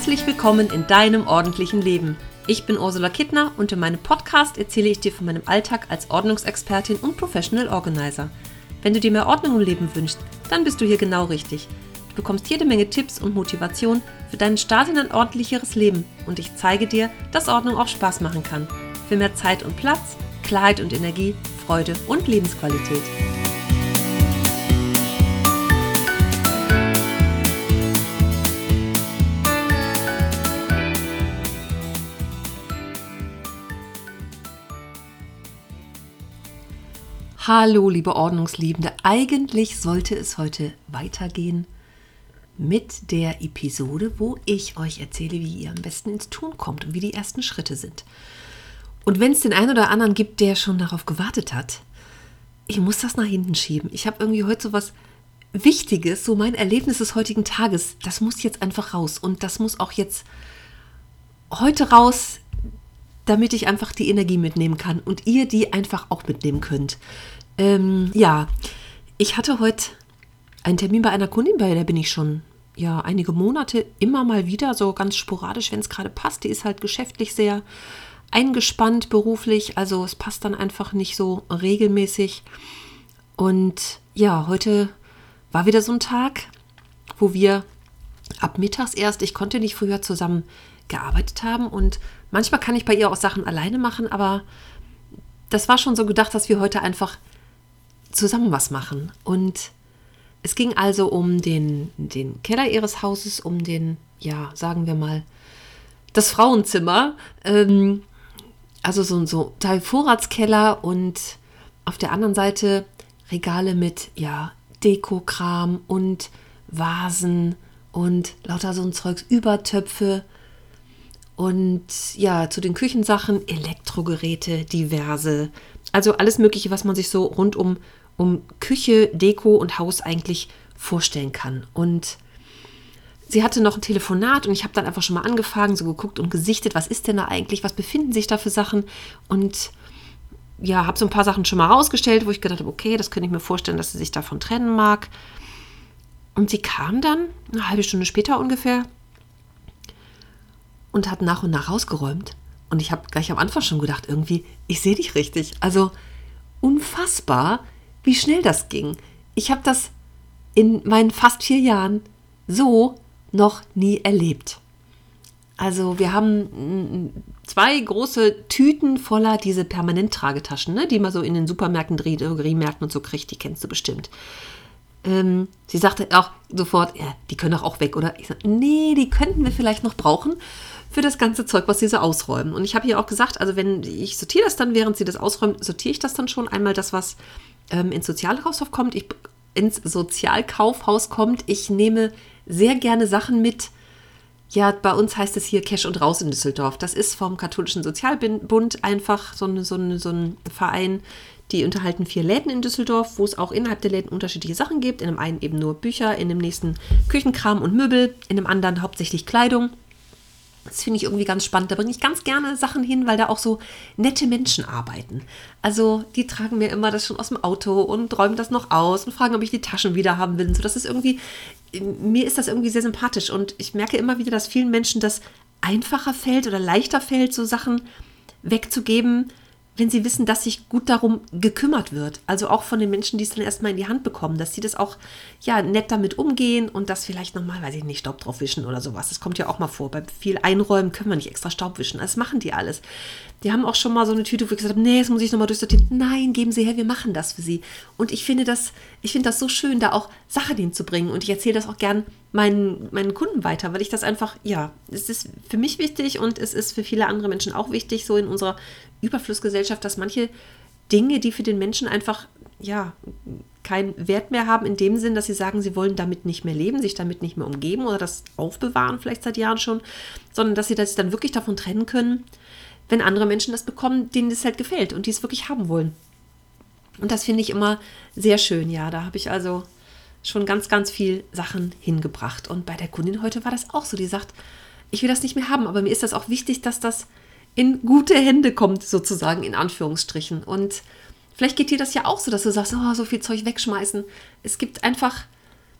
Herzlich willkommen in deinem ordentlichen Leben. Ich bin Ursula Kittner und in meinem Podcast erzähle ich dir von meinem Alltag als Ordnungsexpertin und Professional Organizer. Wenn du dir mehr Ordnung im Leben wünschst, dann bist du hier genau richtig. Du bekommst jede Menge Tipps und Motivation für deinen Start in ein ordentlicheres Leben und ich zeige dir, dass Ordnung auch Spaß machen kann. Für mehr Zeit und Platz, Klarheit und Energie, Freude und Lebensqualität. Hallo, liebe Ordnungsliebende. Eigentlich sollte es heute weitergehen mit der Episode, wo ich euch erzähle, wie ihr am besten ins Tun kommt und wie die ersten Schritte sind. Und wenn es den einen oder anderen gibt, der schon darauf gewartet hat, ich muss das nach hinten schieben. Ich habe irgendwie heute so was Wichtiges, so mein Erlebnis des heutigen Tages, das muss jetzt einfach raus. Und das muss auch jetzt heute raus, damit ich einfach die Energie mitnehmen kann und ihr die einfach auch mitnehmen könnt. Ich hatte heute einen Termin bei einer Kundin, bei der bin ich schon einige Monate immer mal wieder, so ganz sporadisch, wenn es gerade passt. Die ist halt geschäftlich sehr eingespannt, beruflich, also es passt dann einfach nicht so regelmäßig. Und ja, heute war wieder so ein Tag, wo wir ab mittags erst, ich konnte nicht früher zusammen gearbeitet haben und manchmal kann ich bei ihr auch Sachen alleine machen, aber das war schon so gedacht, dass wir heute einfach zusammen was machen. Und es ging also um den Keller ihres Hauses, um sagen wir mal, das Frauenzimmer, also so Teil Vorratskeller und auf der anderen Seite Regale mit Dekokram und Vasen und lauter so ein Zeugs, Übertöpfe und zu den Küchensachen Elektrogeräte, diverse, also alles Mögliche, was man sich so rund um Küche, Deko und Haus eigentlich vorstellen kann. Und sie hatte noch ein Telefonat und ich habe dann einfach schon mal angefangen, so geguckt und gesichtet, was ist denn da eigentlich, was befinden sich da für Sachen und habe so ein paar Sachen schon mal rausgestellt, wo ich gedacht habe, okay, das könnte ich mir vorstellen, dass sie sich davon trennen mag. Und sie kam dann, eine halbe Stunde später ungefähr, und hat nach und nach rausgeräumt. Und ich habe gleich am Anfang schon gedacht, irgendwie, ich sehe dich richtig. Also unfassbar, wie schnell das ging. Ich habe das in meinen fast 4 Jahren so noch nie erlebt. Also wir haben 2 große Tüten voller diese Permanent-Tragetaschen, ne, die man so in den Supermärkten, Drogeriemärkten und so kriegt, die kennst du bestimmt. Sie sagte auch sofort, die können doch auch weg, oder? Ich sagte, nee, die könnten wir vielleicht noch brauchen für das ganze Zeug, was sie so ausräumen. Und ich habe ihr auch gesagt, also wenn ich sortiere das dann, während sie das ausräumen, sortiere ich das dann schon einmal das, was ins Sozialkaufhaus kommt. Ich nehme sehr gerne Sachen mit. Ja, bei uns heißt es hier Cash und Raus in Düsseldorf. Das ist vom Katholischen Sozialbund einfach so ein Verein. Die unterhalten 4 Läden in Düsseldorf, wo es auch innerhalb der Läden unterschiedliche Sachen gibt. In dem einen eben nur Bücher, in dem nächsten Küchenkram und Möbel, in dem anderen hauptsächlich Kleidung. Das finde ich irgendwie ganz spannend. Da bringe ich ganz gerne Sachen hin, weil da auch so nette Menschen arbeiten. Also die tragen mir immer das schon aus dem Auto und räumen das noch aus und fragen, ob ich die Taschen wieder haben will. So, das ist irgendwie, mir ist das irgendwie sehr sympathisch. Und ich merke immer wieder, dass vielen Menschen das einfacher fällt oder leichter fällt, so Sachen wegzugeben, wenn sie wissen, dass sich gut darum gekümmert wird. Also auch von den Menschen, die es dann erstmal in die Hand bekommen, dass sie das auch nett damit umgehen und das vielleicht nochmal, weiß ich nicht, Staub drauf wischen oder sowas. Das kommt ja auch mal vor. Bei viel Einräumen können wir nicht extra Staub wischen. Das machen die alles. Die haben auch schon mal so eine Tüte, wo ich gesagt habe, nee, das muss ich nochmal durchsortieren. Nein, geben Sie her, wir machen das für Sie. Und ich finde das so schön, da auch Sachen hinzubringen. Und ich erzähle das auch gern meinen Kunden weiter, weil ich das einfach, es ist für mich wichtig und es ist für viele andere Menschen auch wichtig, so in unserer Überflussgesellschaft, dass manche Dinge, die für den Menschen einfach, keinen Wert mehr haben, in dem Sinn, dass sie sagen, sie wollen damit nicht mehr leben, sich damit nicht mehr umgeben oder das aufbewahren, vielleicht seit Jahren schon, sondern dass sie sich dann wirklich davon trennen können, wenn andere Menschen das bekommen, denen das halt gefällt und die es wirklich haben wollen. Und das finde ich immer sehr schön, da habe ich also schon ganz, ganz viel Sachen hingebracht. Und bei der Kundin heute war das auch so, die sagt, ich will das nicht mehr haben, aber mir ist das auch wichtig, dass das in gute Hände kommt, sozusagen, in Anführungsstrichen. Und vielleicht geht dir das ja auch so, dass du sagst, so viel Zeug wegschmeißen. Es gibt einfach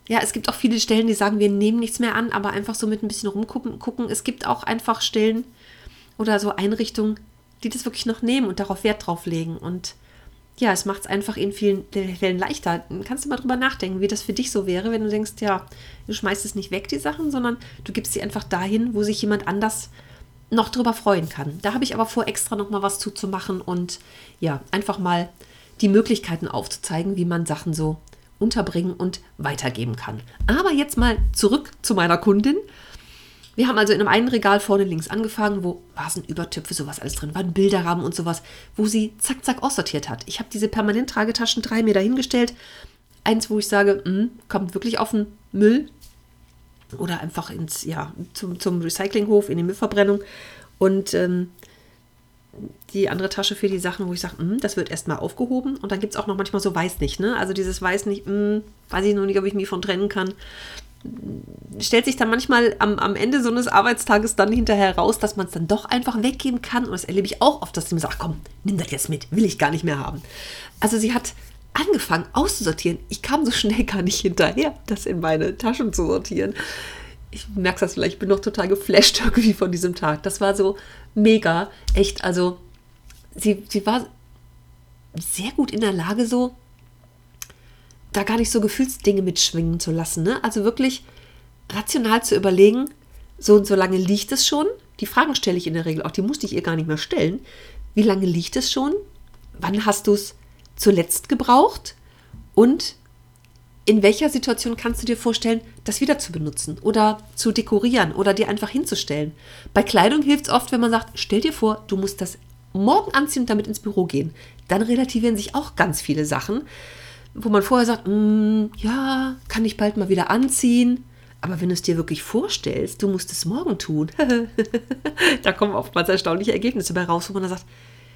Ja, es gibt auch viele Stellen, die sagen, wir nehmen nichts mehr an, aber einfach so mit ein bisschen rumgucken. Es gibt auch einfach Stellen oder so Einrichtungen, die das wirklich noch nehmen und darauf Wert drauf legen. Und ja, es macht es einfach in vielen Fällen leichter. Kannst du mal drüber nachdenken, wie das für dich so wäre, wenn du denkst, ja, du schmeißt es nicht weg, die Sachen, sondern du gibst sie einfach dahin, wo sich jemand anders noch drüber freuen kann. Da habe ich aber vor, extra noch mal was zuzumachen und ja, einfach mal die Möglichkeiten aufzuzeigen, wie man Sachen so unterbringen und weitergeben kann. Aber jetzt mal zurück zu meiner Kundin. Wir haben also in einem einen Regal vorne links angefangen, wo Vasenübertöpfe, sowas alles drin waren, Bilderrahmen und sowas, wo sie zack, zack aussortiert hat. Ich habe diese Permanent-Tragetaschen 3 mir dahingestellt. Eins, wo ich sage, kommt wirklich auf den Müll oder einfach zum Recyclinghof, in die Müllverbrennung. Und die andere Tasche für die Sachen, wo ich sage, das wird erstmal aufgehoben. Und dann gibt es auch noch manchmal so Weiß nicht, ne? Also dieses Weiß nicht, weiß ich noch nicht, ob ich mich von trennen kann. Stellt sich dann manchmal am Ende so eines Arbeitstages dann hinterher raus, dass man es dann doch einfach weggeben kann. Und das erlebe ich auch oft, dass sie mir sagt, komm, nimm das jetzt mit, will ich gar nicht mehr haben. Also sie hat angefangen auszusortieren. Ich kam so schnell gar nicht hinterher, das in meine Taschen zu sortieren. Ich merke das vielleicht, ich bin noch total geflasht irgendwie von diesem Tag. Das war so mega, echt, also sie war sehr gut in der Lage, so da gar nicht so Gefühlsdinge mitschwingen zu lassen. Ne? Also wirklich rational zu überlegen, so und so lange liegt es schon. Die Fragen stelle ich in der Regel auch, die musste ich ihr gar nicht mehr stellen. Wie lange liegt es schon? Wann hast du es zuletzt gebraucht? Und in welcher Situation kannst du dir vorstellen, das wieder zu benutzen oder zu dekorieren oder dir einfach hinzustellen? Bei Kleidung hilft es oft, wenn man sagt, stell dir vor, du musst das morgen anziehen und damit ins Büro gehen. Dann relativieren sich auch ganz viele Sachen, wo man vorher sagt, ja, kann ich bald mal wieder anziehen. Aber wenn du es dir wirklich vorstellst, du musst es morgen tun, da kommen oftmals erstaunliche Ergebnisse bei raus, wo man dann sagt,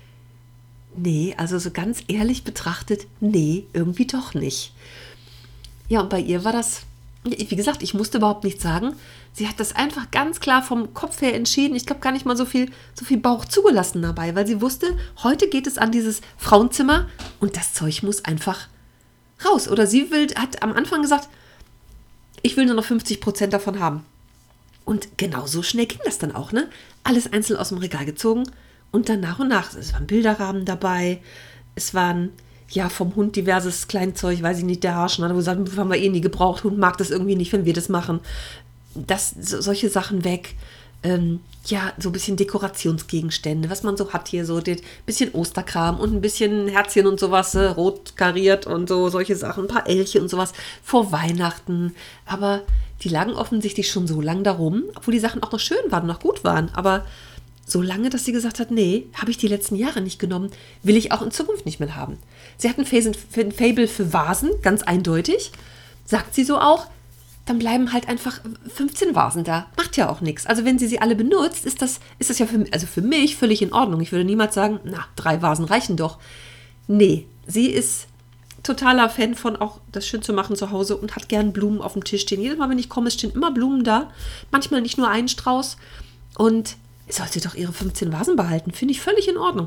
nee, also so ganz ehrlich betrachtet, nee, irgendwie doch nicht. Ja, und bei ihr war das, wie gesagt, ich musste überhaupt nichts sagen. Sie hat das einfach ganz klar vom Kopf her entschieden. Ich glaube gar nicht mal so viel Bauch zugelassen dabei, weil sie wusste, heute geht es an dieses Frauenzimmer und das Zeug muss einfach raus. Oder sie hat am Anfang gesagt, ich will nur noch 50% davon haben. Und genau so schnell ging das dann auch, ne? Alles einzeln aus dem Regal gezogen und dann nach und nach. Es waren Bilderrahmen dabei, es waren ja vom Hund diverses Kleinzeug, weiß ich nicht, der Haarschneider, wo wir sagen, haben wir eh nie gebraucht, Hund mag das irgendwie nicht, wenn wir das machen. Solche Sachen weg. Ja, so ein bisschen Dekorationsgegenstände, was man so hat hier, so ein bisschen Osterkram und ein bisschen Herzchen und sowas, rot kariert und so, solche Sachen, ein paar Elche und sowas vor Weihnachten. Aber die lagen offensichtlich schon so lang darum, obwohl die Sachen auch noch schön waren, noch gut waren, aber so lange, dass sie gesagt hat, nee, habe ich die letzten Jahre nicht genommen, will ich auch in Zukunft nicht mehr haben. Sie hat ein Faible für Vasen, ganz eindeutig, sagt sie so auch. Dann bleiben halt einfach 15 Vasen da. Macht ja auch nichts. Also wenn sie alle benutzt, ist das ja für mich völlig in Ordnung. Ich würde niemals sagen, 3 Vasen reichen doch. Nee, sie ist totaler Fan von auch das schön zu machen zu Hause und hat gern Blumen auf dem Tisch stehen. Jedes Mal, wenn ich komme, stehen immer Blumen da. Manchmal nicht nur ein Strauß. Und soll sie doch ihre 15 Vasen behalten. Finde ich völlig in Ordnung.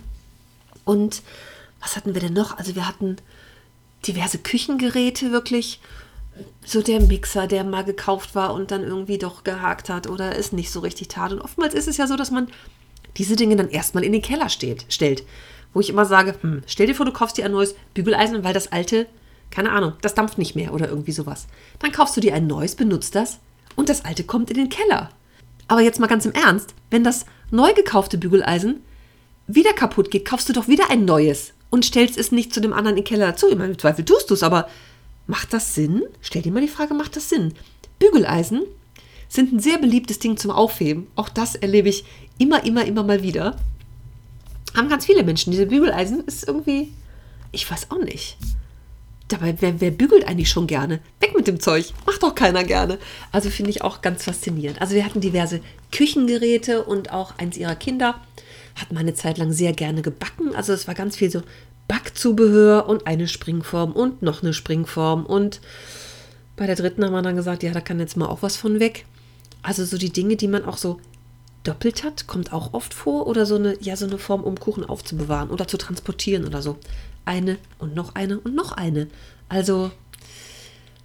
Und was hatten wir denn noch? Also wir hatten diverse Küchengeräte wirklich. So der Mixer, der mal gekauft war und dann irgendwie doch gehakt hat oder es nicht so richtig tat. Und oftmals ist es ja so, dass man diese Dinge dann erstmal in den Keller stellt. Wo ich immer sage, stell dir vor, du kaufst dir ein neues Bügeleisen, weil das alte, keine Ahnung, das dampft nicht mehr oder irgendwie sowas. Dann kaufst du dir ein neues, benutzt das und das alte kommt in den Keller. Aber jetzt mal ganz im Ernst, wenn das neu gekaufte Bügeleisen wieder kaputt geht, kaufst du doch wieder ein neues und stellst es nicht zu dem anderen in den Keller dazu. Ich meine, im Zweifel tust du es, aber macht das Sinn? Stell dir mal die Frage, macht das Sinn? Bügeleisen sind ein sehr beliebtes Ding zum Aufheben. Auch das erlebe ich immer mal wieder. Haben ganz viele Menschen. Diese Bügeleisen ist irgendwie, ich weiß auch nicht. Dabei, wer bügelt eigentlich schon gerne? Weg mit dem Zeug. Macht doch keiner gerne. Also finde ich auch ganz faszinierend. Also wir hatten diverse Küchengeräte und auch eins ihrer Kinder hat mal eine Zeit lang sehr gerne gebacken. Also es war ganz viel so Backzubehör und eine Springform und noch eine Springform. Und bei der dritten haben wir dann gesagt, ja, da kann jetzt mal auch was von weg. Also so die Dinge, die man auch so doppelt hat, kommt auch oft vor. Oder so eine Form, um Kuchen aufzubewahren oder zu transportieren oder so. Eine und noch eine und noch eine. Also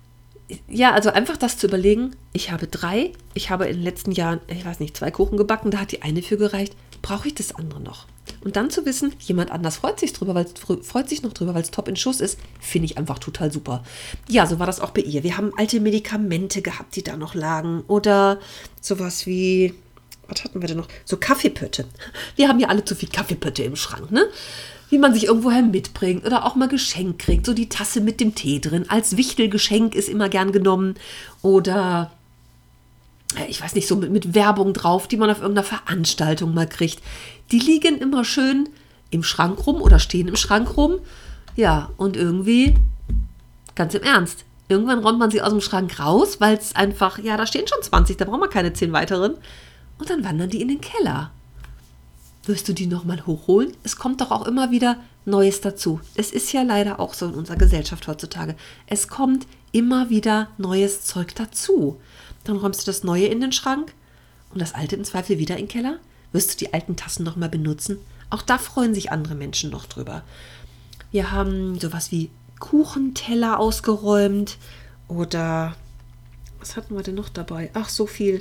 ja, also einfach das zu überlegen, ich habe in den letzten Jahren, ich weiß nicht, 2 Kuchen gebacken, da hat die eine für gereicht, brauche ich das andere noch? Und dann zu wissen, jemand anders freut sich noch drüber, weil es top in Schuss ist, finde ich einfach total super. Ja, so war das auch bei ihr. Wir haben alte Medikamente gehabt, die da noch lagen. Oder sowas wie, was hatten wir denn noch? So Kaffeepötte. Wir haben ja alle zu viel Kaffeepötte im Schrank, ne? Wie man sich irgendwoher mitbringt oder auch mal Geschenk kriegt. So die Tasse mit dem Tee drin. Als Wichtelgeschenk ist immer gern genommen. Oder, ich weiß nicht, so mit Werbung drauf, die man auf irgendeiner Veranstaltung mal kriegt. Die liegen immer schön im Schrank rum oder stehen im Schrank rum. Ja, und irgendwie, ganz im Ernst, irgendwann räumt man sie aus dem Schrank raus, weil es einfach, ja, da stehen schon 20, da brauchen wir keine 10 weiteren. Und dann wandern die in den Keller. Wirst du die nochmal hochholen? Es kommt doch auch immer wieder Neues dazu. Es ist ja leider auch so in unserer Gesellschaft heutzutage. Es kommt immer wieder neues Zeug dazu. Dann räumst du das Neue in den Schrank und das Alte im Zweifel wieder in den Keller. Wirst du die alten Tassen nochmal benutzen? Auch da freuen sich andere Menschen noch drüber. Wir haben sowas wie Kuchenteller ausgeräumt oder was hatten wir denn noch dabei? Ach, so viel.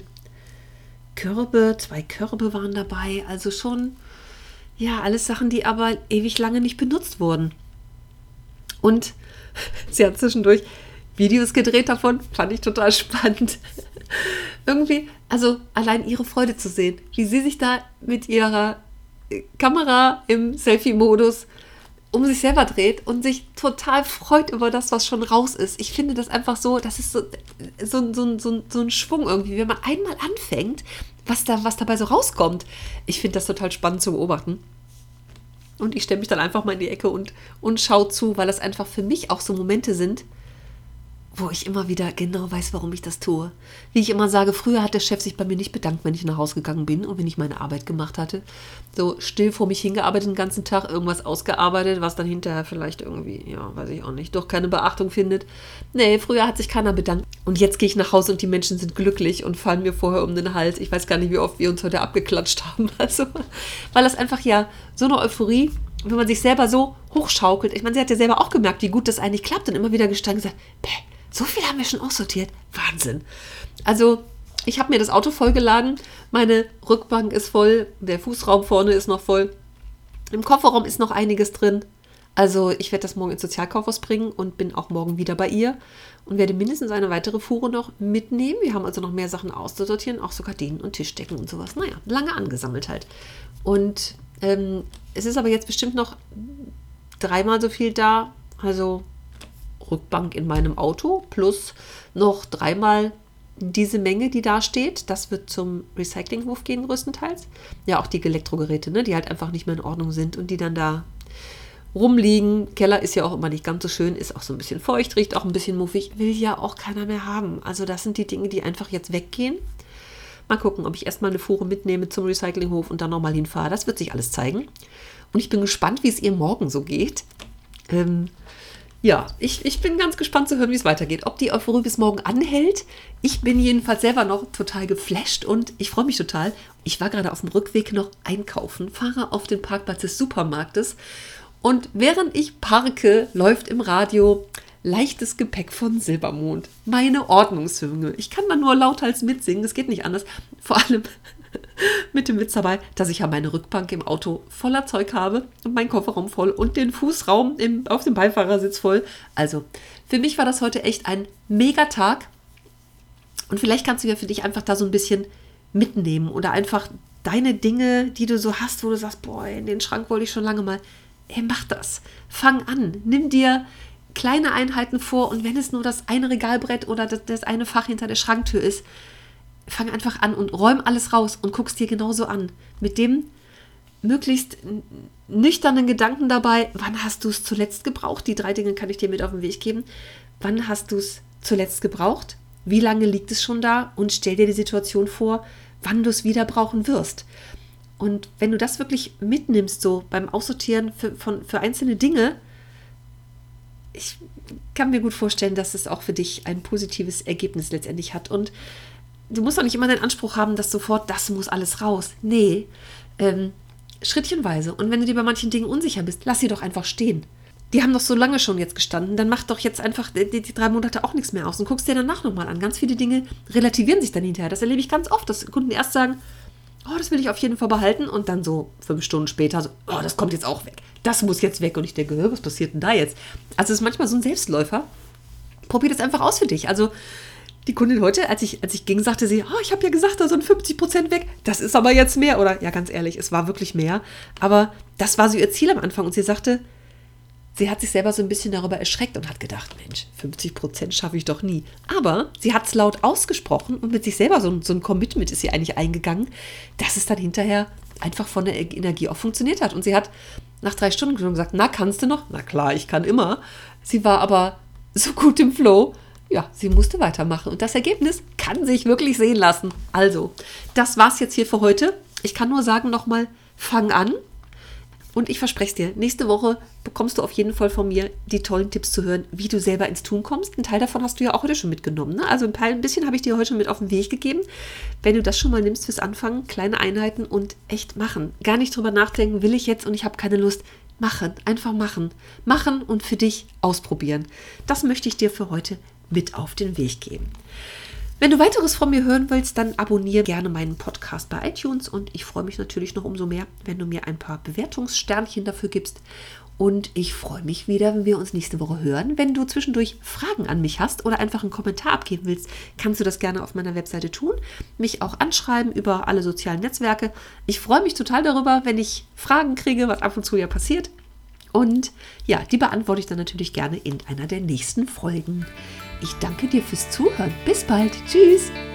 Körbe, 2 Körbe waren dabei. Also schon, ja, alles Sachen, die aber ewig lange nicht benutzt wurden. Und sie hat zwischendurch Videos gedreht davon, fand ich total spannend. Irgendwie, also allein ihre Freude zu sehen, wie sie sich da mit ihrer Kamera im Selfie-Modus um sich selber dreht und sich total freut über das, was schon raus ist. Ich finde das einfach so, das ist so ein Schwung irgendwie, wenn man einmal anfängt, was dabei so rauskommt. Ich finde das total spannend zu beobachten. Und ich stelle mich dann einfach mal in die Ecke und schaue zu, weil das einfach für mich auch so Momente sind, wo ich immer wieder genau weiß, warum ich das tue. Wie ich immer sage, früher hat der Chef sich bei mir nicht bedankt, wenn ich nach Hause gegangen bin und wenn ich meine Arbeit gemacht hatte. So still vor mich hingearbeitet den ganzen Tag, irgendwas ausgearbeitet, was dann hinterher vielleicht irgendwie, ja, weiß ich auch nicht, doch keine Beachtung findet. Nee, früher hat sich keiner bedankt. Und jetzt gehe ich nach Hause und die Menschen sind glücklich und fallen mir vorher um den Hals. Ich weiß gar nicht, wie oft wir uns heute abgeklatscht haben. Also, weil das einfach ja so eine Euphorie, wenn man sich selber so hochschaukelt. Ich meine, sie hat ja selber auch gemerkt, wie gut das eigentlich klappt und immer wieder gestanden und gesagt, so viel haben wir schon aussortiert. Wahnsinn. Also, ich habe mir das Auto vollgeladen. Meine Rückbank ist voll. Der Fußraum vorne ist noch voll. Im Kofferraum ist noch einiges drin. Also, ich werde das morgen ins Sozialkaufhaus bringen und bin auch morgen wieder bei ihr und werde mindestens eine weitere Fuhre noch mitnehmen. Wir haben also noch mehr Sachen auszusortieren, auch so Gardinen und Tischdecken und sowas. Naja, lange angesammelt halt. Und es ist aber jetzt bestimmt noch 3-mal so viel da. Also Rückbank in meinem Auto plus noch 3-mal diese Menge, die da steht. Das wird zum Recyclinghof gehen größtenteils. Ja, auch die Elektrogeräte, ne, die halt einfach nicht mehr in Ordnung sind und die dann da rumliegen. Keller ist ja auch immer nicht ganz so schön, ist auch so ein bisschen feucht, riecht auch ein bisschen muffig, will ja auch keiner mehr haben. Also das sind die Dinge, die einfach jetzt weggehen. Mal gucken, ob ich erstmal eine Fuhre mitnehme zum Recyclinghof und dann nochmal hinfahre. Das wird sich alles zeigen. Und ich bin gespannt, wie es ihr morgen so geht. Ja, ich bin ganz gespannt zu hören, wie es weitergeht. Ob die Euphorie bis morgen anhält. Ich bin jedenfalls selber noch total geflasht und ich freue mich total. Ich war gerade auf dem Rückweg noch einkaufen, fahre auf den Parkplatz des Supermarktes und während ich parke, läuft im Radio leichtes Gepäck von Silbermond. Meine Ordnungshymne. Ich kann da nur lauthals mitsingen, es geht nicht anders. Vor allem mit dem Witz dabei, dass ich ja meine Rückbank im Auto voller Zeug habe und meinen Kofferraum voll und den Fußraum auf dem Beifahrersitz voll. Also, für mich war das heute echt ein Megatag. Und vielleicht kannst du ja für dich einfach da so ein bisschen mitnehmen oder einfach deine Dinge, die du so hast, wo du sagst, boah, in den Schrank wollte ich schon lange mal. Ey, mach das. Fang an. Nimm dir kleine Einheiten vor und wenn es nur das eine Regalbrett oder das eine Fach hinter der Schranktür ist, fang einfach an und räum alles raus und guck's dir genauso an. Mit dem möglichst nüchternen Gedanken dabei, wann hast du es zuletzt gebraucht? Die 3 Dinge kann ich dir mit auf den Weg geben. Wann hast du es zuletzt gebraucht? Wie lange liegt es schon da? Und stell dir die Situation vor, wann du es wieder brauchen wirst. Und wenn du das wirklich mitnimmst, so beim Aussortieren für einzelne Dinge, ich kann mir gut vorstellen, dass es auch für dich ein positives Ergebnis letztendlich hat. Und du musst auch nicht immer den Anspruch haben, dass sofort, das muss alles raus. Nee, schrittchenweise. Und wenn du dir bei manchen Dingen unsicher bist, lass sie doch einfach stehen. die haben doch so lange schon jetzt gestanden, dann macht doch jetzt einfach die 3 Monate auch nichts mehr aus und guckst dir danach nochmal an. Ganz viele Dinge relativieren sich dann hinterher. Das erlebe ich ganz oft, dass Kunden erst sagen, oh, das will ich auf jeden Fall behalten und dann so 5 Stunden später so, oh, das kommt jetzt auch weg. Das muss jetzt weg. Und ich denke, was passiert denn da jetzt? Also es ist manchmal so ein Selbstläufer. Probier das einfach aus für dich. Also die Kundin heute, als ich ging, sagte sie, oh, ich habe ja gesagt, da sind 50% weg. Das ist aber jetzt mehr. Oder ja, ganz ehrlich, es war wirklich mehr. Aber das war so ihr Ziel am Anfang. Und sie sagte, sie hat sich selber so ein bisschen darüber erschreckt und hat gedacht, Mensch, 50% schaffe ich doch nie. Aber sie hat es laut ausgesprochen und mit sich selber so ein Commitment ist sie eigentlich eingegangen, dass es dann hinterher einfach von der Energie auch funktioniert hat. Und sie hat nach 3 Stunden gesagt, na, kannst du noch? Na klar, ich kann immer. Sie war aber so gut im Flow, ja, sie musste weitermachen. Und das Ergebnis kann sich wirklich sehen lassen. Also, das war's jetzt hier für heute. Ich kann nur sagen nochmal, fang an. Und ich verspreche es dir, nächste Woche bekommst du auf jeden Fall von mir die tollen Tipps zu hören, wie du selber ins Tun kommst. Ein Teil davon hast du ja auch heute schon mitgenommen. Ne? Also ein bisschen habe ich dir heute schon mit auf den Weg gegeben. Wenn du das schon mal nimmst fürs Anfangen, kleine Einheiten und echt machen. Gar nicht drüber nachdenken, will ich jetzt und ich habe keine Lust. Machen, einfach machen. Machen und für dich ausprobieren. Das möchte ich dir für heute mit auf den Weg geben. Wenn du weiteres von mir hören willst, dann abonniere gerne meinen Podcast bei iTunes und ich freue mich natürlich noch umso mehr, wenn du mir ein paar Bewertungssternchen dafür gibst. Und ich freue mich wieder, wenn wir uns nächste Woche hören. Wenn du zwischendurch Fragen an mich hast oder einfach einen Kommentar abgeben willst, kannst du das gerne auf meiner Webseite tun. Mich auch anschreiben über alle sozialen Netzwerke. Ich freue mich total darüber, wenn ich Fragen kriege, was ab und zu ja passiert. Und ja, die beantworte ich dann natürlich gerne in einer der nächsten Folgen. Ich danke dir fürs Zuhören. Bis bald. Tschüss.